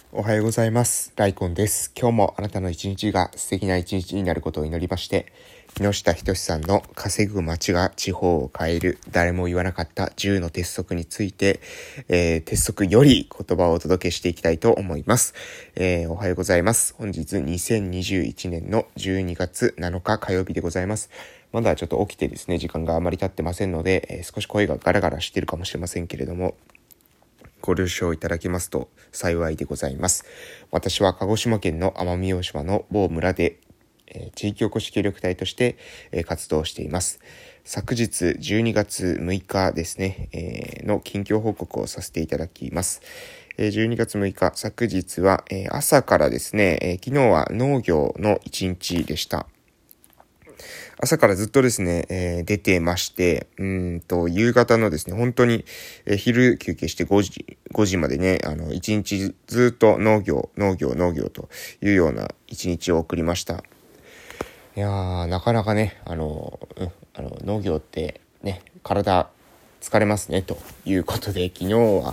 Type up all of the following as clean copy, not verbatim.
おはようございます。ライコンです。今日もあなたの一日が素敵な一日になることを祈りまして、木下仁さんの稼ぐ街が地方を変える誰も言わなかった10の鉄則について、鉄則より言葉をお届けしていきたいと思います。おはようございます。本日2021年の12月7日火曜日でございます。まだちょっと起きてですね、時間があまり経ってませんので、少し声がガラガラしているかもしれませんけれども、ご了承いただけますと幸いでございます。私は鹿児島県の奄美大島の某村で、地域おこし協力隊として、活動しています。昨日12月6日ですね、の近況報告をさせていただきます。12月6日、昨日は、朝からですね、昨日は農業の一日でした。朝からずっとですね、出てまして、夕方のですね、本当に、昼休憩して5時までね、一日ずっと農業というような一日を送りました。いやー、なかなかね、農業ってね、体疲れますね、ということで、昨日は、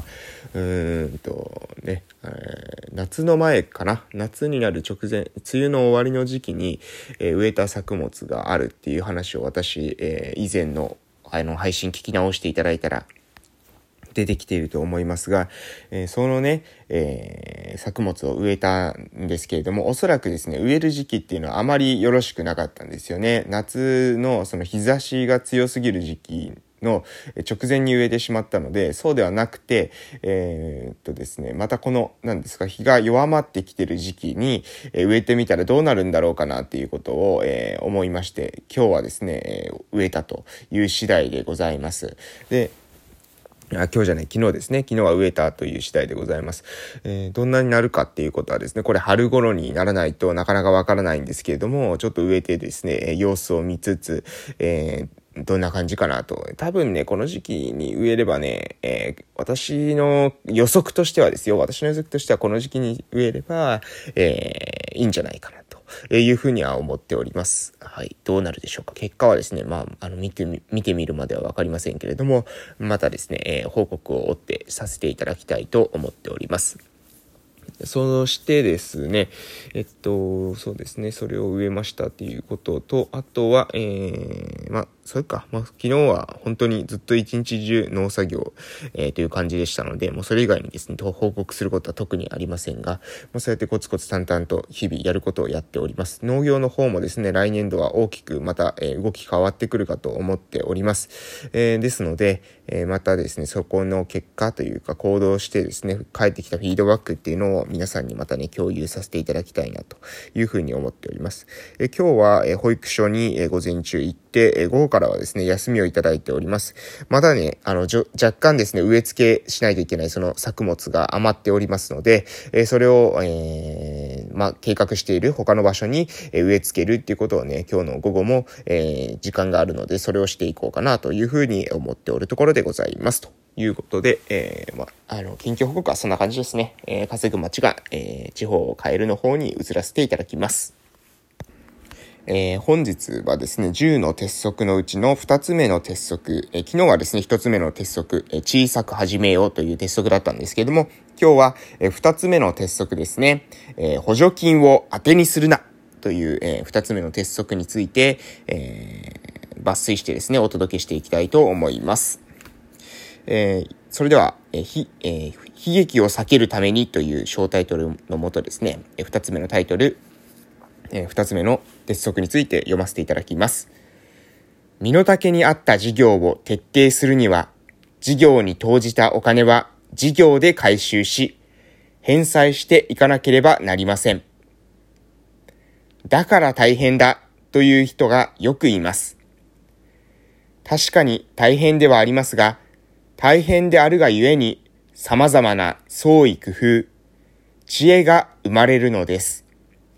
夏の前かな、夏になる直前、梅雨の終わりの時期に、植えた作物があるっていう話を私、以前の配信聞き直していただいたら出てきていると思いますが、そのね、作物を植えたんですけれども、おそらくですね、植える時期っていうのはあまりよろしくなかったんですよね。夏のその日差しが強すぎる時期の直前に植えてしまったので、そうではなくて、ですね、またこの日が弱まってきてる時期に、植えてみたらどうなるんだろうかなっていうことを、思いまして、今日はですね、植えたという次第でございます。で、昨日ですね。昨日は植えたという次第でございます。どんなになるかっていうことはですね、これ春頃にならないとなかなかわからないんですけれども、ちょっと植えてですね、様子を見つつ、どんな感じかなと。多分ね、この時期に植えればね、私の予測としてはこの時期に植えれば、いいんじゃないかなというふうには思っております。はい。どうなるでしょうか。結果はですね、見てみるまではわかりませんけれども、またですね、報告を追ってさせていただきたいと思っております。そしてですね、そうですね、それを植えましたっていうことと、あとは、昨日は本当にずっと一日中農作業、という感じでしたので、もうそれ以外にですね、報告することは特にありませんが、そうやってコツコツ淡々と日々やることをやっております。農業の方もですね、来年度は大きくまた、動き変わってくるかと思っております。ですので、またですね、そこの結果というか行動してですね、返ってきたフィードバックっていうのを皆さんにまたね、共有させていただきたいなというふうに思っております。今日は、保育所に、午前中行って、午後からはですね、休みをいただいております。まだね、若干ですね、植え付けしないといけないその作物が余っておりますので、それを、計画している他の場所に、植え付けるっていうことをね、今日の午後も、時間があるので、それをしていこうかなというふうに思っておるところでございますということで、近況報告はそんな感じですね。稼ぐ街が、地方を変えるの方に移らせていただきます。本日はですね、10の鉄則のうちの2つ目の鉄則、昨日はですね、1つ目の鉄則、小さく始めようという鉄則だったんですけれども、今日は、2つ目の鉄則ですね、補助金を当てにするなという、2つ目の鉄則について、抜粋してですね、お届けしていきたいと思います。それでは、悲劇を避けるためにという小タイトルのもとですね、2つ目のタイトル、2つ目の鉄則について読ませていただきます。身の丈に合った事業を徹底するには、事業に投じたお金は事業で回収し、返済していかなければなりません。だから大変だという人がよくいます。確かに大変ではありますが、大変であるがゆえに様々な創意工夫、知恵が生まれるのです。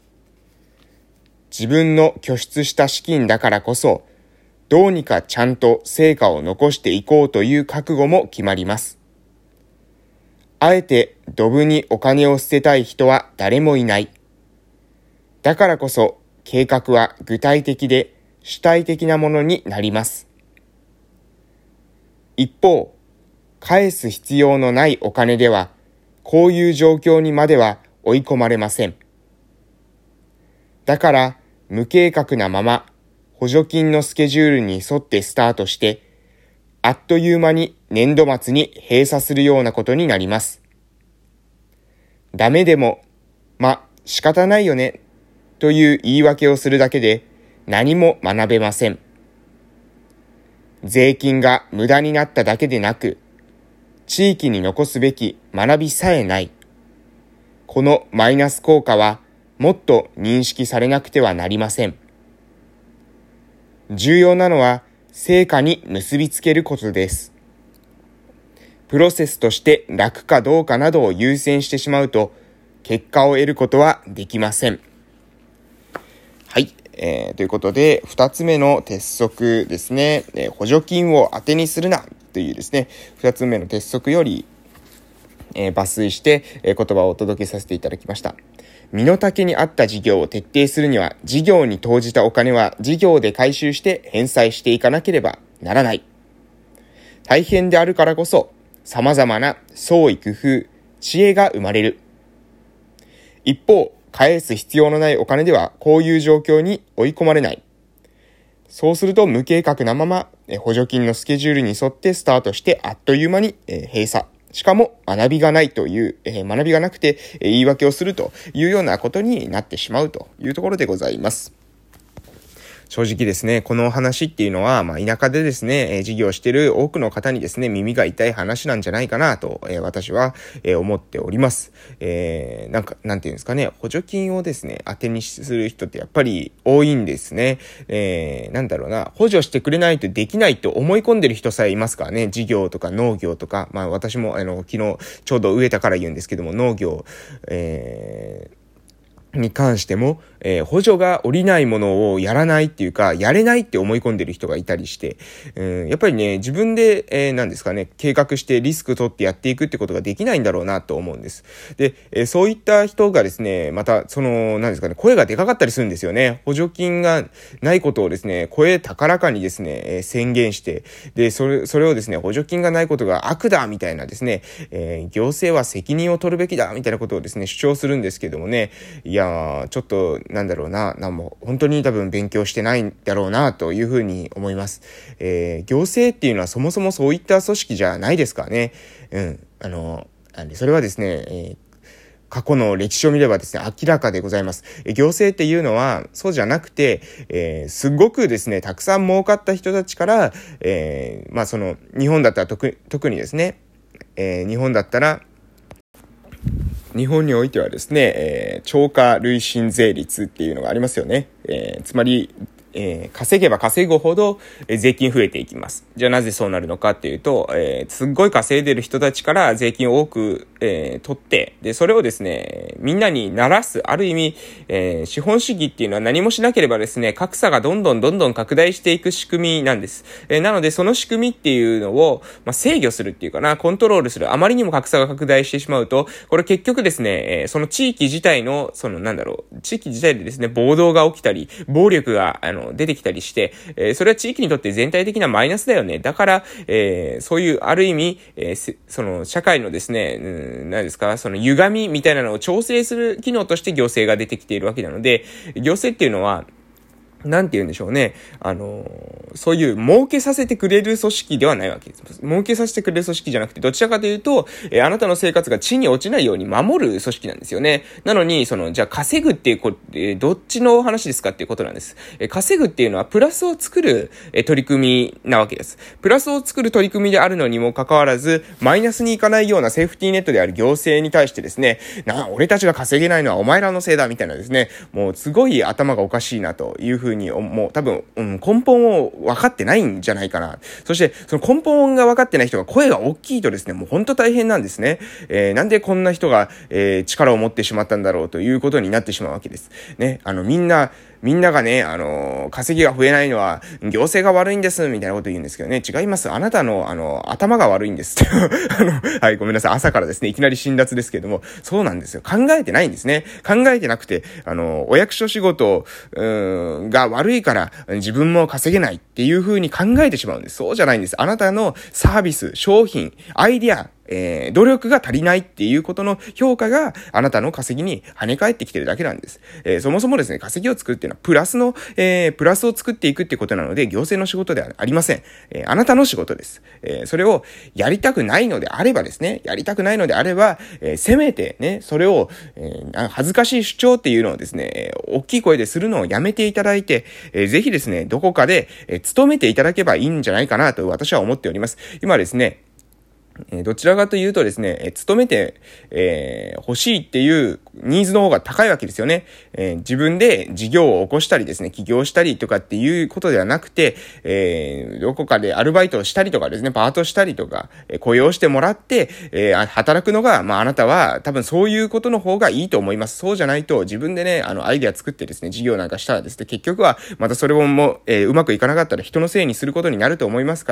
自分の拠出した資金だからこそ、どうにかちゃんと成果を残していこうという覚悟も決まります。あえてドブにお金を捨てたい人は誰もいない。だからこそ計画は具体的で主体的なものになります。一方、返す必要のないお金では、こういう状況にまでは追い込まれません。だから、無計画なまま、補助金のスケジュールに沿ってスタートして、あっという間に年度末に閉鎖するようなことになります。ダメでも、仕方ないよね、という言い訳をするだけで何も学べません。税金が無駄になっただけでなく、地域に残すべき学びさえない。このマイナス効果はもっと認識されなくてはなりません。重要なのは成果に結びつけることです。プロセスとして楽かどうかなどを優先してしまうと、結果を得ることはできません。はい。ということで、二つ目の鉄則ですね。補助金を当てにするなというですね、二つ目の鉄則より、抜粋して、言葉をお届けさせていただきました。身の丈に合った事業を徹底するには、事業に投じたお金は事業で回収して返済していかなければならない。大変であるからこそ、様々な創意工夫、知恵が生まれる。一方、返す必要のないお金ではこういう状況に追い込まれない。そうすると無計画なまま補助金のスケジュールに沿ってスタートしてあっという間に閉鎖。しかも学びがないという、学びがなくて言い訳をするというようなことになってしまうというところでございます。正直ですね、この話っていうのは、田舎でですね、事業している多くの方にですね、耳が痛い話なんじゃないかなと、私は、思っております。なんていうんですかね、補助金をですね、当てにする人ってやっぱり多いんですね。補助してくれないとできないと思い込んでる人さえいますからね、事業とか農業とか、私も昨日ちょうど植えたから言うんですけども、農業、に関しても、補助が下りないものをやらないっていうか、やれないって思い込んでる人がいたりして、やっぱりね、自分で、計画してリスク取ってやっていくってことができないんだろうなと思うんです。で、そういった人がですね、また、声がでかかったりするんですよね。補助金がないことをですね、声高らかにですね、宣言して、で、それをですね、補助金がないことが悪だみたいなですね、行政は責任を取るべきだみたいなことをですね、主張するんですけどもね、ちょっと、本当に多分勉強してないんだろうな、というふうに思います。行政っていうのはそもそもそういった組織じゃないですからね。それはですね、過去の歴史を見ればですね、明らかでございます。行政っていうのは、そうじゃなくて、すごくですね、たくさん儲かった人たちから、日本だったら特にですね、日本においてはですね、超過累進税率っていうのがありますよね。つまり、稼げば稼ぐほど税金増えていきます。じゃあなぜそうなるのかっていうと、すっごい稼いでる人たちから税金を多く、取って、で、それをですね、みんなにならす、ある意味、資本主義っていうのは何もしなければですね、格差がどんどん拡大していく仕組みなんです。なので、その仕組みっていうのを、制御するっていうかな、コントロールする。あまりにも格差が拡大してしまうと、これ結局ですね、その地域自体の、地域自体でですね、暴動が起きたり、暴力が、出てきたりして、それは地域にとって全体的なマイナスだよね。だから、そういうある意味、その社会のですね、その歪みみたいなのを調整する機能として行政が出てきているわけなので、行政っていうのは、なんて言うんでしょうね。そういう儲けさせてくれる組織ではないわけです。儲けさせてくれる組織じゃなくて、どちらかというと、あなたの生活が地に落ちないように守る組織なんですよね。なのに、じゃあ稼ぐっていうどっちの話ですかっていうことなんです。稼ぐっていうのはプラスを作る取り組みなわけです。プラスを作る取り組みであるのにもかかわらず、マイナスにいかないようなセーフティーネットである行政に対してですね、俺たちが稼げないのはお前らのせいだみたいなですね、もうすごい頭がおかしいなというふうにもう多分、根本を分かってないんじゃないかな。そして、その根本が分かってない人が声が大きいとですね、もう本当大変なんですね。なんでこんな人が、力を持ってしまったんだろうということになってしまうわけです。ね、みんながね、稼ぎが増えないのは行政が悪いんですみたいなこと言うんですけどね、違います。あなたの頭が悪いんです。はい、ごめんなさい。朝からですね、いきなり辛辣ですけども、そうなんですよ。考えてないんですね。考えてなくて、お役所仕事が悪いから自分も稼げないっていう風に考えてしまうんです。そうじゃないんです。あなたのサービス、商品、アイディア、 努力が足りないっていうことの評価があなたの稼ぎに跳ね返ってきてるだけなんです。そもそもですね、稼ぎを作るっていうのはプラスを作っていくってことなので、行政の仕事ではありません。あなたの仕事です。それをやりたくないのであればですね、せめてね、それを、恥ずかしい主張っていうのをですね、大きい声でするのをやめていただいて、ぜひですね、どこかで、勤めていただけばいいんじゃないかなと私は思っております。今ですね、どちらかというとですね、勤めて、欲しいっていうニーズの方が高いわけですよね。自分で事業を起こしたりですね、起業したりとかっていうことではなくて、どこかでアルバイトをしたりとかですね、パートしたりとか、雇用してもらって、働くのが、あなたは多分そういうことの方がいいと思います。そうじゃないと自分でね、アイデア作ってですね、事業なんかしたらですね、結局はまたそれをうまくいかなかったら人のせいにすることになると思いますから、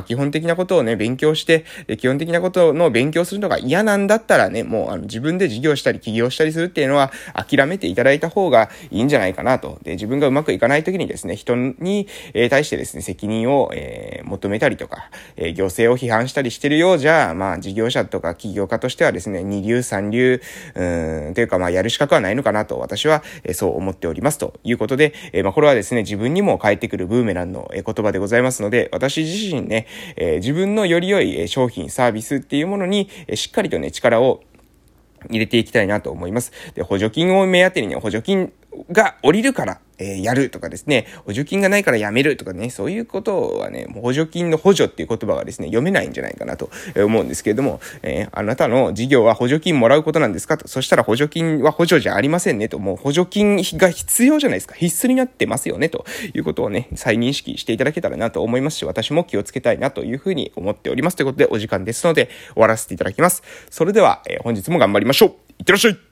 基本的なことをね、勉強して、基本的なことの勉強するのが嫌なんだったらね、もう自分で事業したり起業したりするっていうのは諦めていただいた方がいいんじゃないかなと。で、自分がうまくいかない時にですね、人に対してですね、責任を求めたりとか、行政を批判したりしてるようじゃ、事業者とか起業家としてはですね、二流三流というかやる資格はないのかなと私はそう思っておりますということで、これはですね、自分にも返ってくるブーメランの言葉でございますので、私自身ね、自分のより良い商品サービスっていうものにしっかりとね力を入れていきたいなと思います。で、補助金を目当てにね、補助金が降りるからやるとかですね、補助金がないからやめるとかね、そういうことはね、もう補助金の補助っていう言葉がですね、読めないんじゃないかなと思うんですけれども、あなたの事業は補助金もらうことなんですかと、そしたら補助金は補助じゃありませんねと、もう補助金が必要じゃないですか、必須になってますよねということをね、再認識していただけたらなと思いますし、私も気をつけたいなというふうに思っておりますということで、お時間ですので終わらせていただきます。それでは、本日も頑張りましょう。いってらっしゃい。